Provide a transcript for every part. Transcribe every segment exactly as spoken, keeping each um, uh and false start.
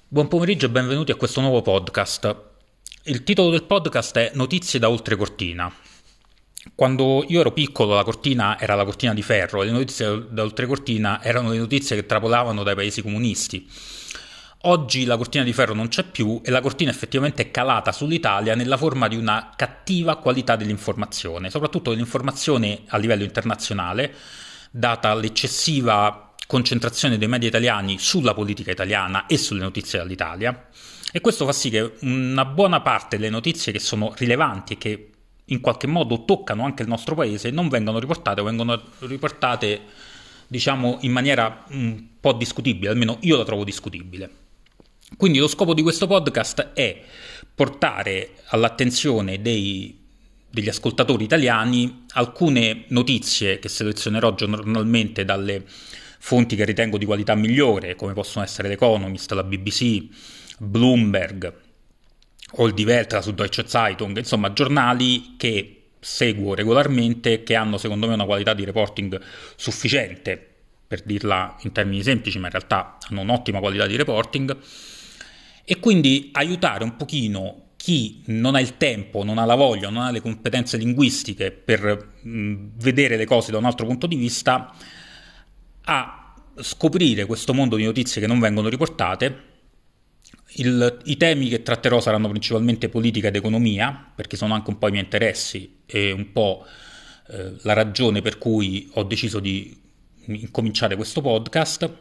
Buon pomeriggio e benvenuti a questo nuovo podcast. Il titolo del podcast è Notizie da oltrecortina. Quando io ero piccolo la cortina era la cortina di ferro e le notizie da oltrecortina erano le notizie che trapolavano dai paesi comunisti. Oggi la cortina di ferro non c'è più e la cortina effettivamente è calata sull'Italia nella forma di una cattiva qualità dell'informazione, soprattutto dell'informazione a livello internazionale, data l'eccessiva concentrazione dei media italiani sulla politica italiana e sulle notizie dall'Italia. E questo fa sì che una buona parte delle notizie che sono rilevanti e che in qualche modo toccano anche il nostro paese non vengono riportate o vengono riportate, diciamo, in maniera un po' discutibile, almeno io la trovo discutibile. Quindi lo scopo di questo podcast è portare all'attenzione dei, degli ascoltatori italiani alcune notizie che selezionerò giornalmente dalle fonti che ritengo di qualità migliore, come possono essere l'Economist, la B B C, Bloomberg o il Die Welt, la Süddeutsche Zeitung, insomma giornali che seguo regolarmente, che hanno secondo me una qualità di reporting sufficiente, per dirla in termini semplici, ma in realtà hanno un'ottima qualità di reporting, e quindi aiutare un pochino chi non ha il tempo, non ha la voglia, non ha le competenze linguistiche per mh, vedere le cose da un altro punto di vista, a scoprire questo mondo di notizie che non vengono riportate. Il, I temi che tratterò saranno principalmente politica ed economia, perché sono anche un po' i miei interessi e un po' eh, la ragione per cui ho deciso di incominciare questo podcast.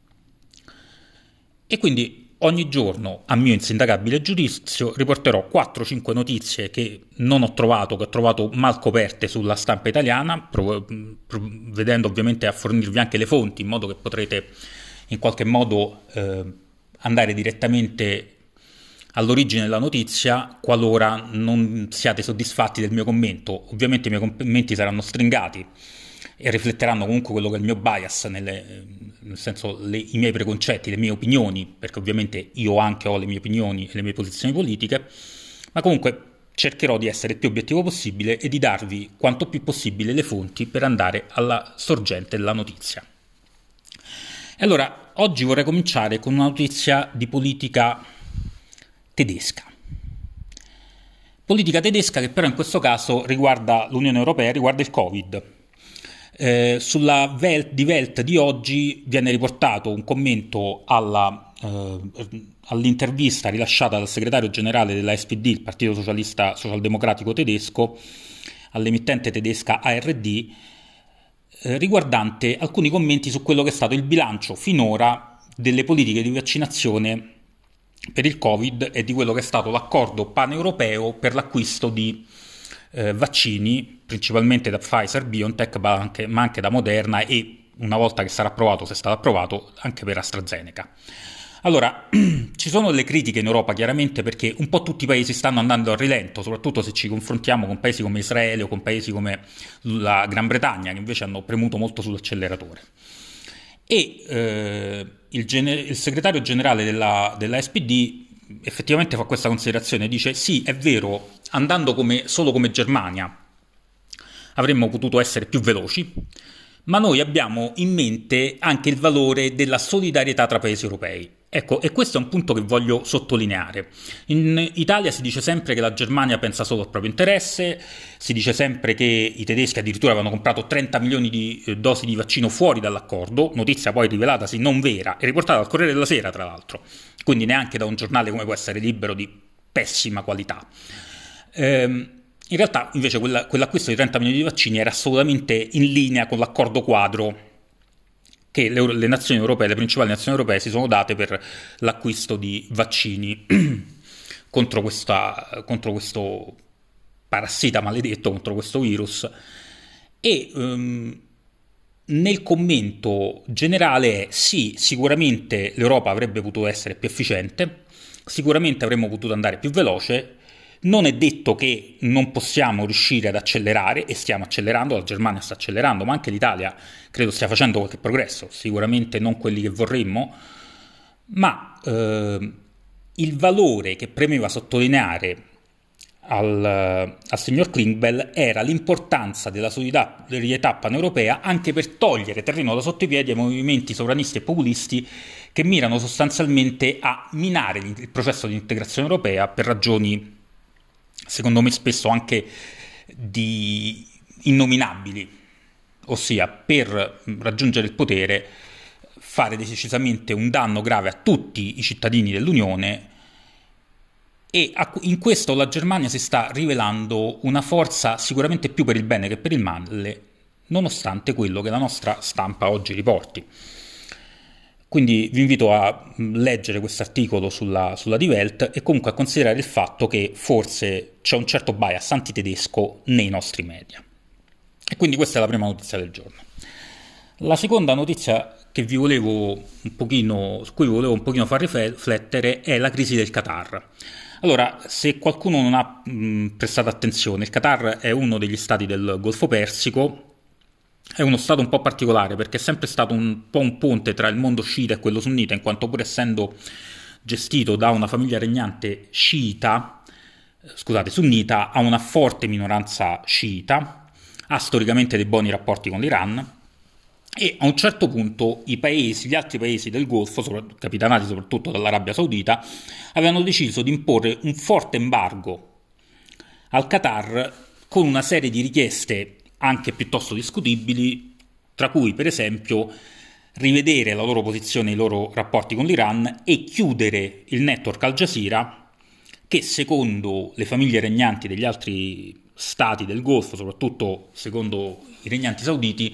E quindi ogni giorno, a mio insindacabile giudizio, riporterò quattro cinque notizie che non ho trovato, che ho trovato mal coperte sulla stampa italiana, prov- prov- vedendo ovviamente a fornirvi anche le fonti, in modo che potrete in qualche modo eh, andare direttamente all'origine della notizia, qualora non siate soddisfatti del mio commento. Ovviamente i miei commenti saranno stringati e rifletteranno comunque quello che è il mio bias, nelle, nel senso le, i miei preconcetti, le mie opinioni, perché ovviamente io anche ho le mie opinioni e le mie posizioni politiche, ma comunque cercherò di essere il più obiettivo possibile e di darvi quanto più possibile le fonti per andare alla sorgente della notizia. E allora, oggi vorrei cominciare con una notizia di politica tedesca. Politica tedesca che però in questo caso riguarda l'Unione Europea, riguarda il Covid. Eh, sulla Welt, di Welt di oggi viene riportato un commento alla, eh, all'intervista rilasciata dal segretario generale della S P D, il Partito Socialista Socialdemocratico Tedesco, all'emittente tedesca A R D, eh, riguardante alcuni commenti su quello che è stato il bilancio finora delle politiche di vaccinazione per il Covid e di quello che è stato l'accordo paneuropeo per l'acquisto di Eh, vaccini, principalmente da Pfizer, BioNTech, ma anche, ma anche da Moderna e, una volta che sarà approvato, se è stato approvato, anche per AstraZeneca. Allora, ci sono delle critiche in Europa, chiaramente, perché un po' tutti i paesi stanno andando a rilento, soprattutto se ci confrontiamo con paesi come Israele o con paesi come la Gran Bretagna, che invece hanno premuto molto sull'acceleratore. E eh, il, gener- il segretario generale della, della S P D effettivamente fa questa considerazione, dice sì, è vero, andando come, solo come Germania avremmo potuto essere più veloci, ma noi abbiamo in mente anche il valore della solidarietà tra paesi europei. Ecco, e questo è un punto che voglio sottolineare. In Italia si dice sempre che la Germania pensa solo al proprio interesse, si dice sempre che i tedeschi addirittura avevano comprato trenta milioni di eh, dosi di vaccino fuori dall'accordo, notizia poi rivelatasi non vera e riportata al Corriere della Sera, tra l'altro, quindi neanche da un giornale come può essere Libero, di pessima qualità. Ehm, in realtà invece quella, quell'acquisto di trenta milioni di vaccini era assolutamente in linea con l'accordo quadro che le, le nazioni europee, le principali nazioni europee si sono date per l'acquisto di vaccini contro, questa, contro questo parassita maledetto, contro questo virus. E um, nel commento generale è sì, sicuramente l'Europa avrebbe potuto essere più efficiente, sicuramente avremmo potuto andare più veloce. Non è detto che non possiamo riuscire ad accelerare, e stiamo accelerando, la Germania sta accelerando, ma anche l'Italia credo stia facendo qualche progresso, sicuramente non quelli che vorremmo, ma eh, il valore che premeva sottolineare al, al signor Klingbeil era l'importanza della solidarietà paneuropea anche per togliere terreno da sotto i piedi ai movimenti sovranisti e populisti che mirano sostanzialmente a minare il processo di integrazione europea per ragioni, secondo me, spesso anche di innominabili, ossia per raggiungere il potere fare decisamente un danno grave a tutti i cittadini dell'Unione, e in questo la Germania si sta rivelando una forza sicuramente più per il bene che per il male, nonostante quello che la nostra stampa oggi riporti. Quindi vi invito a leggere questo articolo sulla, sulla Die Welt e comunque a considerare il fatto che forse c'è un certo bias antitedesco nei nostri media. E quindi questa è la prima notizia del giorno. La seconda notizia che vi volevo un pochino, su cui vi volevo un pochino far riflettere è la crisi del Qatar. Allora, se qualcuno non ha mh, prestato attenzione, il Qatar è uno degli stati del Golfo Persico. È uno stato un po' particolare perché è sempre stato un po' un ponte tra il mondo sciita e quello sunnita, in quanto pur essendo gestito da una famiglia regnante sciita, scusate, sunnita, ha una forte minoranza sciita, ha storicamente dei buoni rapporti con l'Iran e a un certo punto i paesi, gli altri paesi del Golfo, capitanati soprattutto dall'Arabia Saudita, avevano deciso di imporre un forte embargo al Qatar con una serie di richieste anche piuttosto discutibili, tra cui per esempio rivedere la loro posizione e i loro rapporti con l'Iran e chiudere il network Al Jazeera, che secondo le famiglie regnanti degli altri stati del Golfo, soprattutto secondo i regnanti sauditi,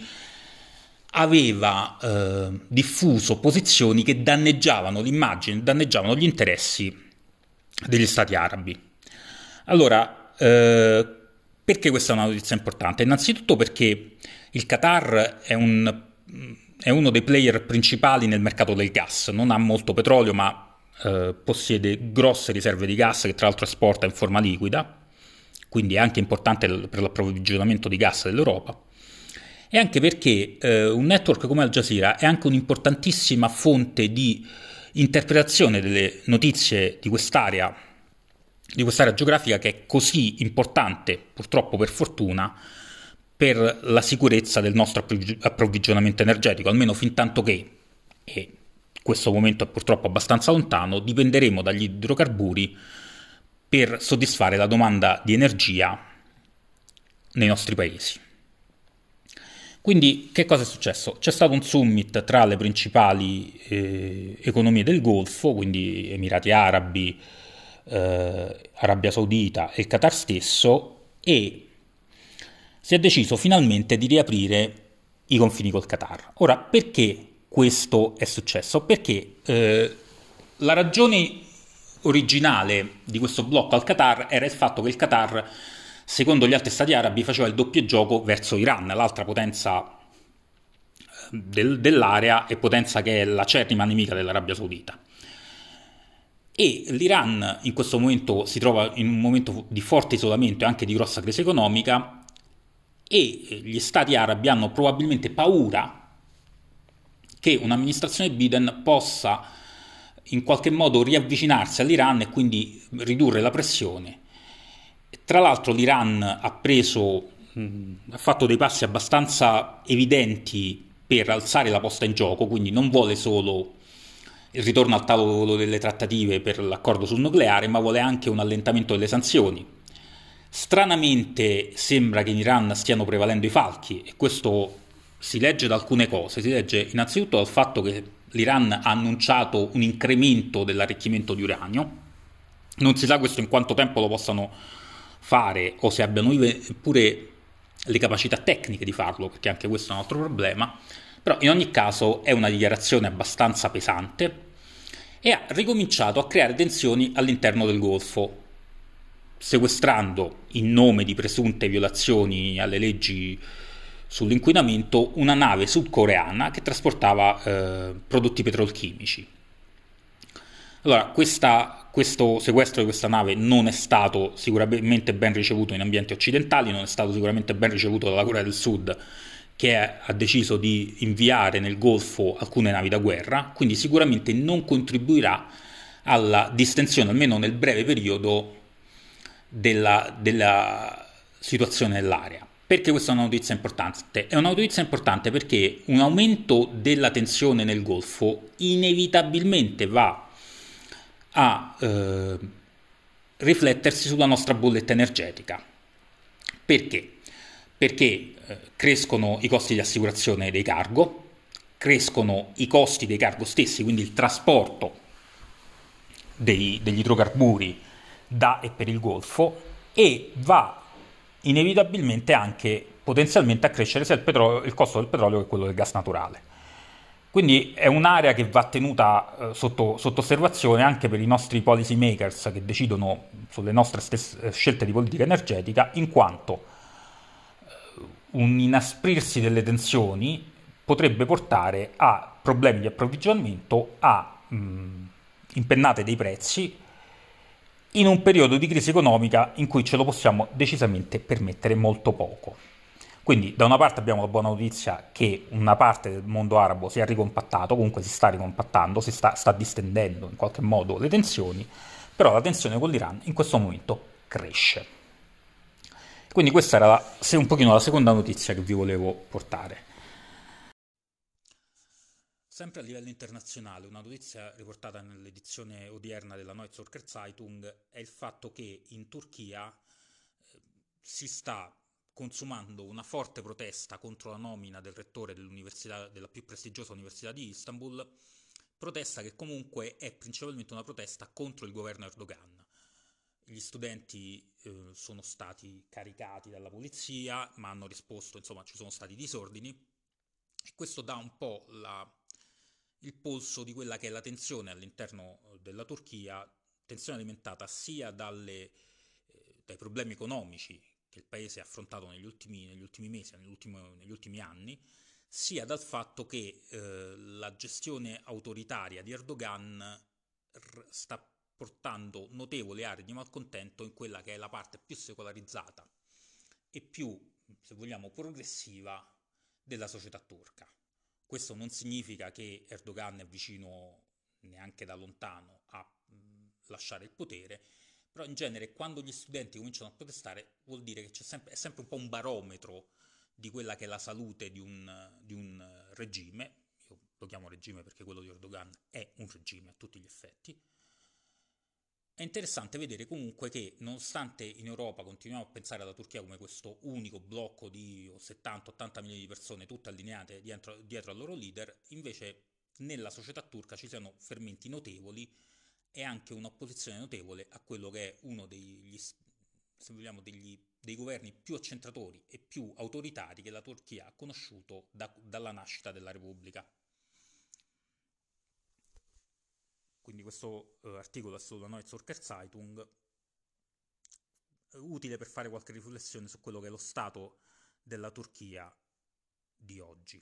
aveva eh, diffuso posizioni che danneggiavano l'immagine, danneggiavano gli interessi degli stati arabi. Allora, eh, perché questa è una notizia importante? Innanzitutto perché il Qatar è, un, è uno dei player principali nel mercato del gas, non ha molto petrolio ma eh, possiede grosse riserve di gas che tra l'altro esporta in forma liquida, quindi è anche importante per l'approvvigionamento di gas dell'Europa, e anche perché eh, un network come Al Jazeera è anche un'importantissima fonte di interpretazione delle notizie di quest'area di quest'area geografica che è così importante, purtroppo per fortuna, per la sicurezza del nostro approvvigionamento energetico, almeno fin tanto che, e questo momento è purtroppo abbastanza lontano, dipenderemo dagli idrocarburi per soddisfare la domanda di energia nei nostri paesi. Quindi che cosa è successo? C'è stato un summit tra le principali eh, economie del Golfo, quindi Emirati Arabi, eh, Arabia Saudita e il Qatar stesso, e si è deciso finalmente di riaprire i confini col Qatar. Ora, perché questo è successo? Perché eh, la ragione originale di questo blocco al Qatar era il fatto che il Qatar, secondo gli altri stati arabi, faceva il doppio gioco verso Iran, l'altra potenza del, dell'area e potenza che è l'acerrima nemica dell'Arabia Saudita. E l'Iran in questo momento si trova in un momento di forte isolamento e anche di grossa crisi economica, e gli stati arabi hanno probabilmente paura che un'amministrazione Biden possa in qualche modo riavvicinarsi all'Iran e quindi ridurre la pressione. Tra l'altro l'Iran ha preso, mh, ha fatto dei passi abbastanza evidenti per alzare la posta in gioco, quindi non vuole solo il ritorno al tavolo delle trattative per l'accordo sul nucleare, ma vuole anche un allentamento delle sanzioni. Stranamente sembra che in Iran stiano prevalendo i falchi, e questo si legge da alcune cose. Si legge innanzitutto dal fatto che l'Iran ha annunciato un incremento dell'arricchimento di uranio. Non si sa questo in quanto tempo lo possano fare o se abbiano pure le capacità tecniche di farlo, perché anche questo è un altro problema. Però in ogni caso è una dichiarazione abbastanza pesante e ha ricominciato a creare tensioni all'interno del Golfo, sequestrando, in nome di presunte violazioni alle leggi sull'inquinamento, una nave sudcoreana che trasportava eh, prodotti petrolchimici. Allora, questa, questo sequestro di questa nave non è stato sicuramente ben ricevuto in ambienti occidentali, non è stato sicuramente ben ricevuto dalla Corea del Sud, che ha deciso di inviare nel Golfo alcune navi da guerra, quindi sicuramente non contribuirà alla distensione, almeno nel breve periodo, della, della situazione nell'area. Perché questa è una notizia importante? È una notizia importante perché un aumento della tensione nel Golfo inevitabilmente va a eh, riflettersi sulla nostra bolletta energetica. Perché? Perché eh, crescono i costi di assicurazione dei cargo, crescono i costi dei cargo stessi, quindi il trasporto dei- degli idrocarburi da e per il Golfo, e va inevitabilmente anche potenzialmente a crescere sia il, petro- il costo del petrolio che quello del gas naturale. Quindi è un'area che va tenuta eh, sotto, sotto osservazione anche per i nostri policy makers che decidono sulle nostre stesse scelte di politica energetica, in quanto un inasprirsi delle tensioni potrebbe portare a problemi di approvvigionamento, a mh, impennate dei prezzi in un periodo di crisi economica in cui ce lo possiamo decisamente permettere molto poco. Quindi da una parte abbiamo la buona notizia che una parte del mondo arabo si è ricompattato, comunque si sta ricompattando, si sta, sta distendendo in qualche modo le tensioni, però la tensione con l'Iran in questo momento cresce. Quindi questa era la- se un pochino la seconda notizia che vi volevo portare. Sempre a livello internazionale, una notizia riportata nell'edizione odierna della Neue Zürcher Zeitung è il fatto che in Turchia eh, si sta consumando una forte protesta contro la nomina del rettore dell'università, della più prestigiosa università di Istanbul, protesta che comunque è principalmente una protesta contro il governo Erdogan. Gli studenti eh, sono stati caricati dalla polizia, ma hanno risposto, insomma, ci sono stati disordini e questo dà un po' la- il polso di quella che è la tensione all'interno eh, della Turchia, tensione alimentata sia dalle, eh, dai problemi economici che il paese ha affrontato negli ultimi, negli ultimi mesi, negli ultimi, negli ultimi anni, sia dal fatto che eh, la gestione autoritaria di Erdogan r- sta portando notevoli aree di malcontento in quella che è la parte più secolarizzata e più, se vogliamo, progressiva della società turca. Questo non significa che Erdogan è vicino neanche da lontano a mh, lasciare il potere, però in genere quando gli studenti cominciano a protestare vuol dire che c'è sempre, è sempre un po' un barometro di quella che è la salute di un, di un regime. Io lo chiamo regime perché quello di Erdogan è un regime a tutti gli effetti. È interessante vedere comunque che, nonostante in Europa continuiamo a pensare alla Turchia come questo unico blocco di settanta ottanta milioni di persone, tutte allineate dietro, dietro al loro leader, invece nella società turca ci siano fermenti notevoli e anche un'opposizione notevole a quello che è uno degli, se vogliamo, degli, dei governi più accentratori e più autoritari che la Turchia ha conosciuto da- dalla nascita della Repubblica. Quindi questo eh, articolo è sulla Neue Zürcher Zeitung, eh, utile per fare qualche riflessione su quello che è lo stato della Turchia di oggi.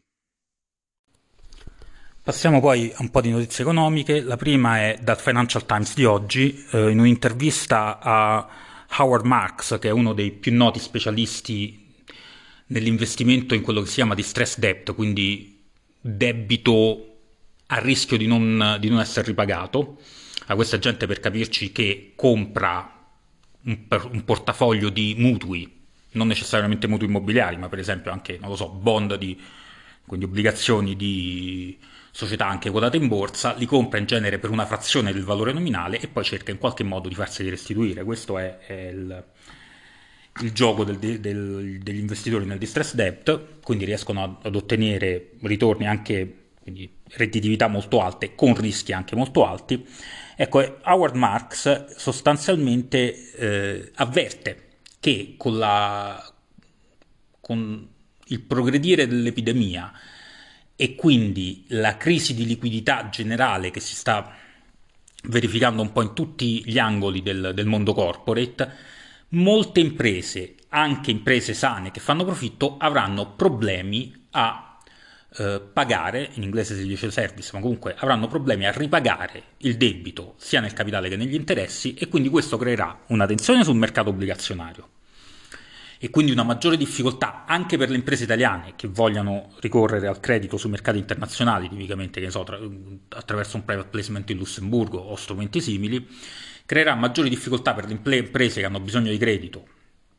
Passiamo poi a un po' di notizie economiche. La prima è dal Financial Times di oggi, eh, in un'intervista a Howard Marks, che è uno dei più noti specialisti nell'investimento in quello che si chiama distress debt, quindi debito a rischio di non, di non essere ripagato. A questa gente, per capirci, che compra un, un portafoglio di mutui, non necessariamente mutui immobiliari, ma per esempio anche, non lo so, bond di, quindi obbligazioni di società anche quotate in borsa, li compra in genere per una frazione del valore nominale e poi cerca in qualche modo di farseli restituire. Questo è, è il, il gioco del- del- degli investitori nel distress debt, quindi riescono ad, ad ottenere ritorni anche, quindi redditività molto alte, con rischi anche molto alti. Ecco, Howard Marks sostanzialmente eh, avverte che con, la, con il progredire dell'epidemia e quindi la crisi di liquidità generale che si sta verificando un po' in tutti gli angoli del, del mondo corporate, molte imprese, anche imprese sane che fanno profitto, avranno problemi a eh, pagare, in inglese si dice service, ma comunque avranno problemi a ripagare il debito sia nel capitale che negli interessi e quindi questo creerà una tensione sul mercato obbligazionario e quindi una maggiore difficoltà anche per le imprese italiane che vogliano ricorrere al credito sui mercati internazionali, tipicamente che ne so, tra, attraverso un private placement in Lussemburgo o strumenti simili, creerà maggiori difficoltà per le imprese che hanno bisogno di credito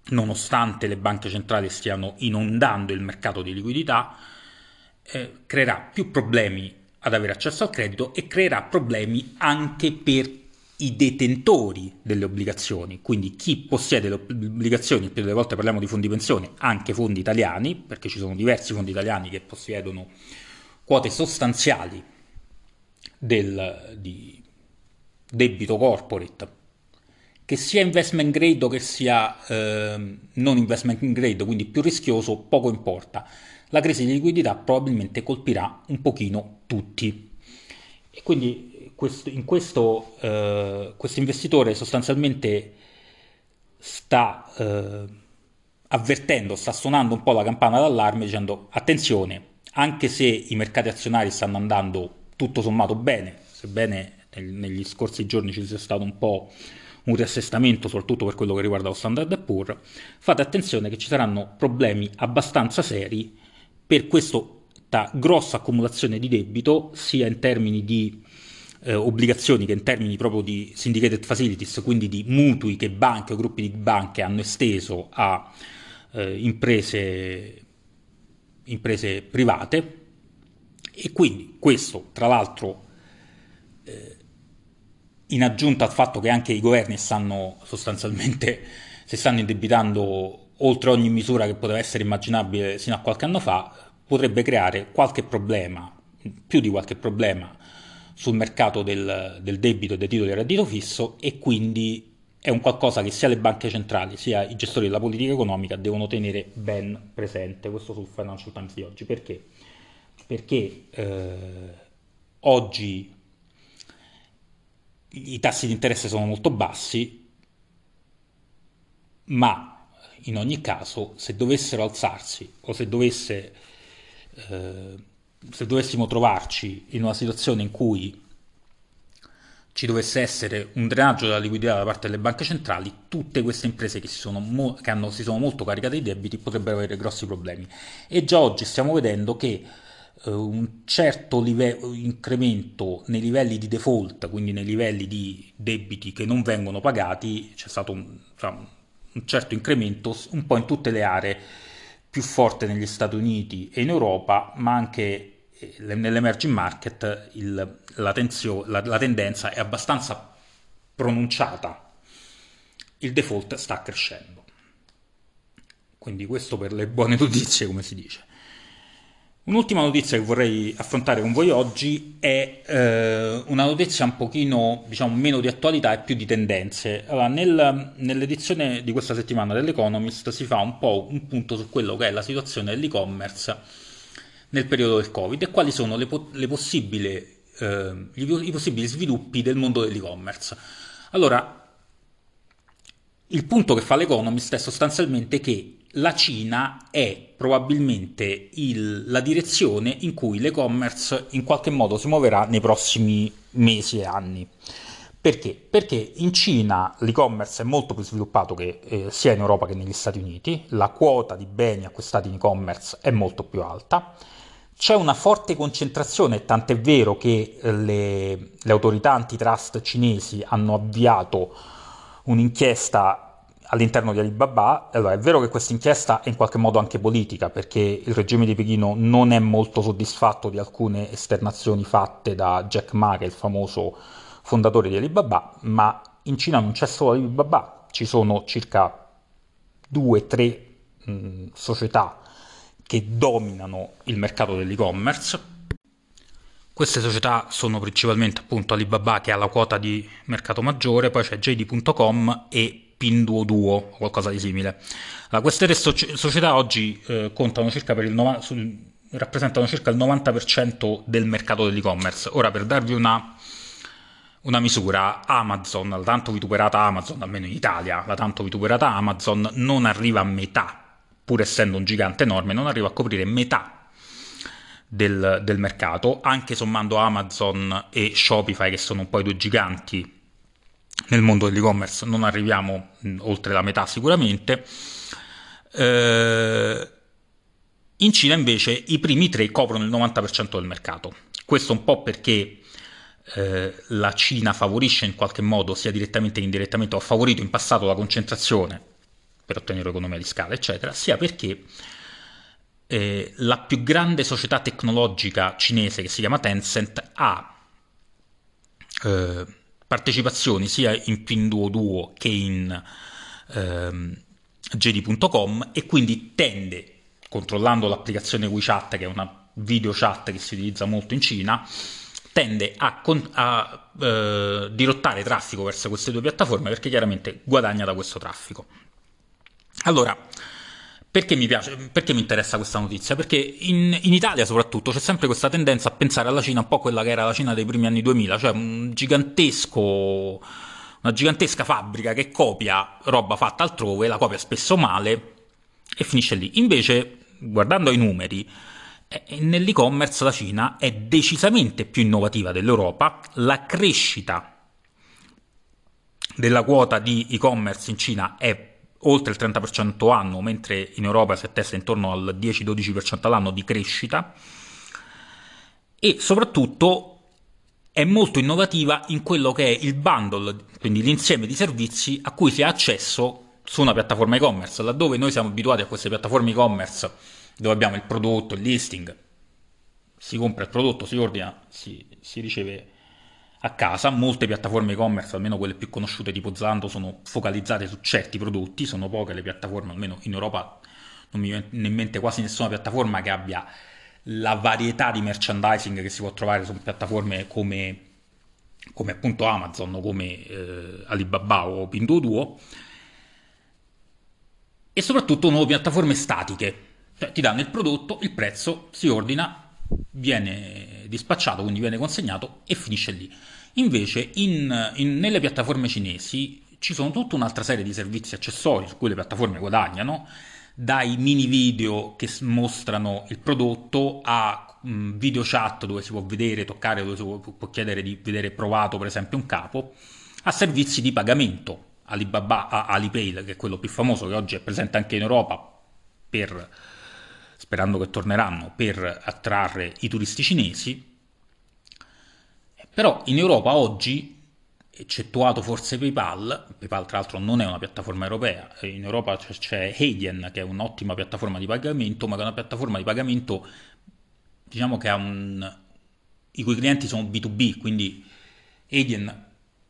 nonostante le banche centrali stiano inondando il mercato di liquidità, eh, creerà più problemi ad avere accesso al credito e creerà problemi anche per i detentori delle obbligazioni, quindi chi possiede le obbligazioni, più delle volte parliamo di fondi pensione, anche fondi italiani, perché ci sono diversi fondi italiani che possiedono quote sostanziali del, di debito corporate, che sia investment grade o che sia eh, non investment grade, quindi più rischioso, poco importa. La crisi di liquidità probabilmente colpirà un pochino tutti. E quindi questo, in questo eh, questo investitore sostanzialmente sta eh, avvertendo, sta suonando un po' la campana d'allarme dicendo attenzione, anche se i mercati azionari stanno andando tutto sommato bene, sebbene negli scorsi giorni ci sia stato un po' un riassestamento, soprattutto per quello che riguarda lo Standard and Poor's, fate attenzione che ci saranno problemi abbastanza seri per questa grossa accumulazione di debito, sia in termini di eh, obbligazioni che in termini proprio di syndicated facilities, quindi di mutui che banche o gruppi di banche hanno esteso a eh, imprese, imprese private. E quindi questo, tra l'altro, eh, in aggiunta al fatto che anche i governi stanno sostanzialmente si stanno indebitando oltre ogni misura che poteva essere immaginabile sino a qualche anno fa, potrebbe creare qualche problema, più di qualche problema, sul mercato del, del debito e dei titoli a reddito fisso, e quindi è un qualcosa che sia le banche centrali sia i gestori della politica economica devono tenere ben presente. Questo sul Financial Times di oggi. Perché? Perché eh, oggi i tassi di interesse sono molto bassi, ma in ogni caso se dovessero alzarsi o se dovesse eh, se dovessimo trovarci in una situazione in cui ci dovesse essere un drenaggio della liquidità da parte delle banche centrali, tutte queste imprese che, si sono, mo- che hanno, si sono molto caricate di debiti potrebbero avere grossi problemi. E già oggi stiamo vedendo che eh, un certo live- incremento nei livelli di default, quindi nei livelli di debiti che non vengono pagati, c'è stato un, insomma, un certo incremento un po' in tutte le aree, più forte negli Stati Uniti e in Europa, ma anche nell'emerging market il, la, tenzio, la, la tendenza è abbastanza pronunciata, il default sta crescendo. Quindi questo per le buone notizie, come si dice. Un'ultima notizia che vorrei affrontare con voi oggi è eh, una notizia un pochino, diciamo, meno di attualità e più di tendenze. Allora, nel, nell'edizione di questa settimana dell'Economist si fa un po' un punto su quello che è la situazione dell'e-commerce nel periodo del Covid e quali sono le, po- le possibili, eh, i, i possibili sviluppi del mondo dell'e-commerce. Allora, il punto che fa l'Economist è sostanzialmente che la Cina è probabilmente il- la direzione in cui l'e-commerce in qualche modo si muoverà nei prossimi mesi e anni. Perché? Perché in Cina l'e-commerce è molto più sviluppato che, eh, sia in Europa che negli Stati Uniti, la quota di beni acquistati in e-commerce è molto più alta, c'è una forte concentrazione, tant'è vero che eh, le, le autorità antitrust cinesi hanno avviato un'inchiesta all'interno di Alibaba. Allora, è vero che questa inchiesta è in qualche modo anche politica, perché il regime di Pechino non è molto soddisfatto di alcune esternazioni fatte da Jack Ma, che è il famoso fondatore di Alibaba, ma in Cina non c'è solo Alibaba, ci sono circa due tre società che dominano il mercato dell'e-commerce. Queste società sono principalmente appunto Alibaba, che ha la quota di mercato maggiore, poi c'è J D punto com e Pinduoduo o qualcosa di simile. Allora, queste tre so- società oggi eh, contano circa per il nova- sul- rappresentano circa il novanta per cento del mercato dell'e-commerce. Ora, per darvi una, una misura, Amazon, la tanto vituperata Amazon, almeno in Italia, la tanto vituperata Amazon non arriva a metà, pur essendo un gigante enorme, non arriva a coprire metà del, del mercato, anche sommando Amazon e Shopify, che sono un po' i due giganti nel mondo dell'e-commerce, non arriviamo mh, oltre la metà sicuramente. Eh, in Cina invece i primi tre coprono il novanta per cento del mercato. Questo un po' perché eh, la Cina favorisce in qualche modo, sia direttamente che indirettamente, o ha favorito in passato la concentrazione per ottenere economia di scala, eccetera, sia perché eh, la più grande società tecnologica cinese, che si chiama Tencent, ha eh, partecipazioni sia in Pinduoduo che in ehm, J D punto com, e quindi tende, controllando l'applicazione WeChat, che è una video chat che si utilizza molto in Cina, tende a, con- a eh, dirottare traffico verso queste due piattaforme perché chiaramente guadagna da questo traffico. Allora, perché mi piace, perché mi interessa questa notizia? Perché in, in Italia soprattutto c'è sempre questa tendenza a pensare alla Cina un po' quella che era la Cina dei primi anni duemila, cioè un gigantesco, una gigantesca fabbrica che copia roba fatta altrove, la copia spesso male e finisce lì. Invece, guardando ai numeri, eh, nell'e-commerce la Cina è decisamente più innovativa dell'Europa, la crescita della quota di e-commerce in Cina è oltre il trenta per cento anno, mentre in Europa si attesta intorno al dieci-dodici per cento all'anno di crescita, e soprattutto è molto innovativa in quello che è il bundle, quindi l'insieme di servizi a cui si ha accesso su una piattaforma e-commerce, laddove noi siamo abituati a queste piattaforme e-commerce dove abbiamo il prodotto, il listing, si compra il prodotto, si ordina, si, si riceve a casa. Molte piattaforme e-commerce, almeno quelle più conosciute tipo Zalando, sono focalizzate su certi prodotti, sono poche le piattaforme, almeno in Europa non mi viene in mente quasi nessuna piattaforma che abbia la varietà di merchandising che si può trovare su piattaforme come, come appunto Amazon o come eh, Alibaba o Pinduoduo, e soprattutto nuove piattaforme statiche, cioè ti danno il prodotto, il prezzo, si ordina, viene dispacciato, quindi viene consegnato e finisce lì. Invece in, in- nelle piattaforme cinesi ci sono tutta un'altra serie di servizi accessori su cui le piattaforme guadagnano, dai mini video che s- mostrano il prodotto a mh, video chat dove si può vedere, toccare, dove si può, può chiedere di vedere provato per esempio un capo, a servizi di pagamento. Alibaba, a Alipay, che è quello più famoso, che oggi è presente anche in Europa, per, sperando che torneranno, per attrarre i turisti cinesi. Però in Europa oggi, eccettuato forse PayPal, PayPal tra l'altro non è una piattaforma europea, in Europa c'è, c'è Adyen, che è un'ottima piattaforma di pagamento, ma che è una piattaforma di pagamento, diciamo che ha un, i cui clienti sono B due B, quindi Adyen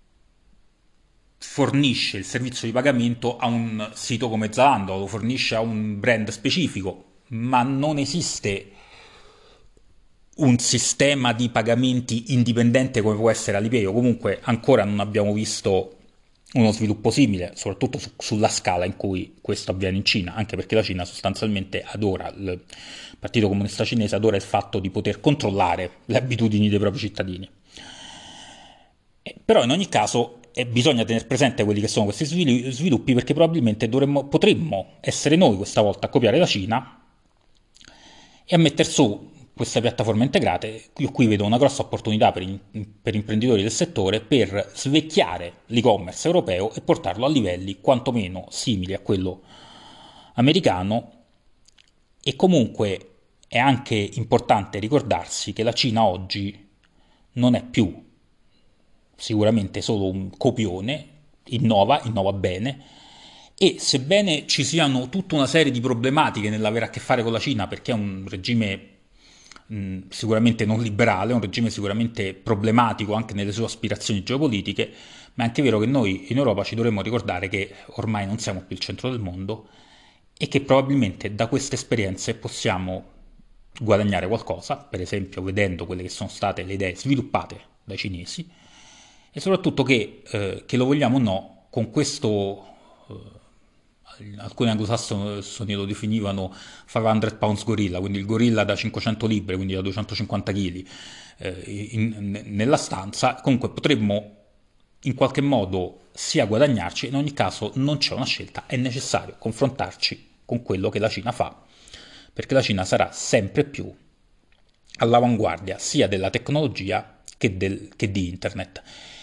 fornisce il servizio di pagamento a un sito come Zalando, lo fornisce a un brand specifico, ma non esiste un sistema di pagamenti indipendente come può essere Alipay, o comunque ancora non abbiamo visto uno sviluppo simile, soprattutto su- sulla scala in cui questo avviene in Cina, anche perché la Cina sostanzialmente adora, il Partito Comunista Cinese adora il fatto di poter controllare le abitudini dei propri cittadini. Eh, Però in ogni caso eh, bisogna tenere presente quelli che sono questi svili- sviluppi, perché probabilmente dovremmo, potremmo essere noi questa volta a copiare la Cina e a mettere su queste piattaforme integrate. Io qui vedo una grossa opportunità per, in- per imprenditori del settore per svecchiare l'e-commerce europeo e portarlo a livelli quantomeno simili a quello americano. E comunque è anche importante ricordarsi che la Cina oggi non è più sicuramente solo un copione, innova, innova bene, e sebbene ci siano tutta una serie di problematiche nell'avere a che fare con la Cina, perché è un regime mh, sicuramente non liberale, un regime sicuramente problematico anche nelle sue aspirazioni geopolitiche, ma è anche vero che noi in Europa ci dovremmo ricordare che ormai non siamo più il centro del mondo e che probabilmente da queste esperienze possiamo guadagnare qualcosa, per esempio vedendo quelle che sono state le idee sviluppate dai cinesi, e soprattutto che, eh, che lo vogliamo o no, con questo, eh, alcuni anglosassoni lo definivano cinquecento pounds gorilla, quindi il gorilla da cinquecento libbre, quindi da duecentocinquanta chili, eh, in- nella stanza, comunque potremmo in qualche modo sia guadagnarci. In ogni caso non c'è una scelta, è necessario confrontarci con quello che la Cina fa, perché la Cina sarà sempre più all'avanguardia sia della tecnologia che, del, che di internet.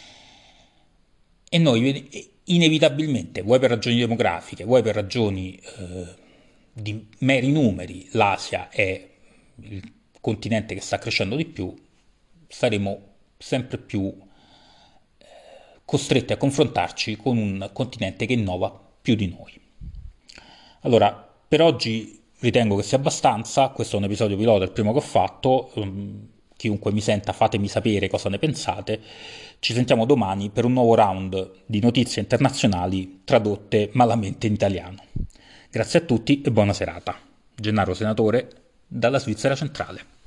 E noi inevitabilmente, vuoi per ragioni demografiche, vuoi per ragioni eh, di meri numeri, l'Asia è il continente che sta crescendo di più, saremo sempre più costretti a confrontarci con un continente che innova più di noi. Allora, per oggi ritengo che sia abbastanza, questo è un episodio pilota, il primo che ho fatto. Um, chiunque mi senta, fatemi sapere cosa ne pensate. Ci sentiamo domani per un nuovo round di notizie internazionali tradotte malamente in italiano. Grazie a tutti e buona serata. Gennaro Senatore, dalla Svizzera Centrale.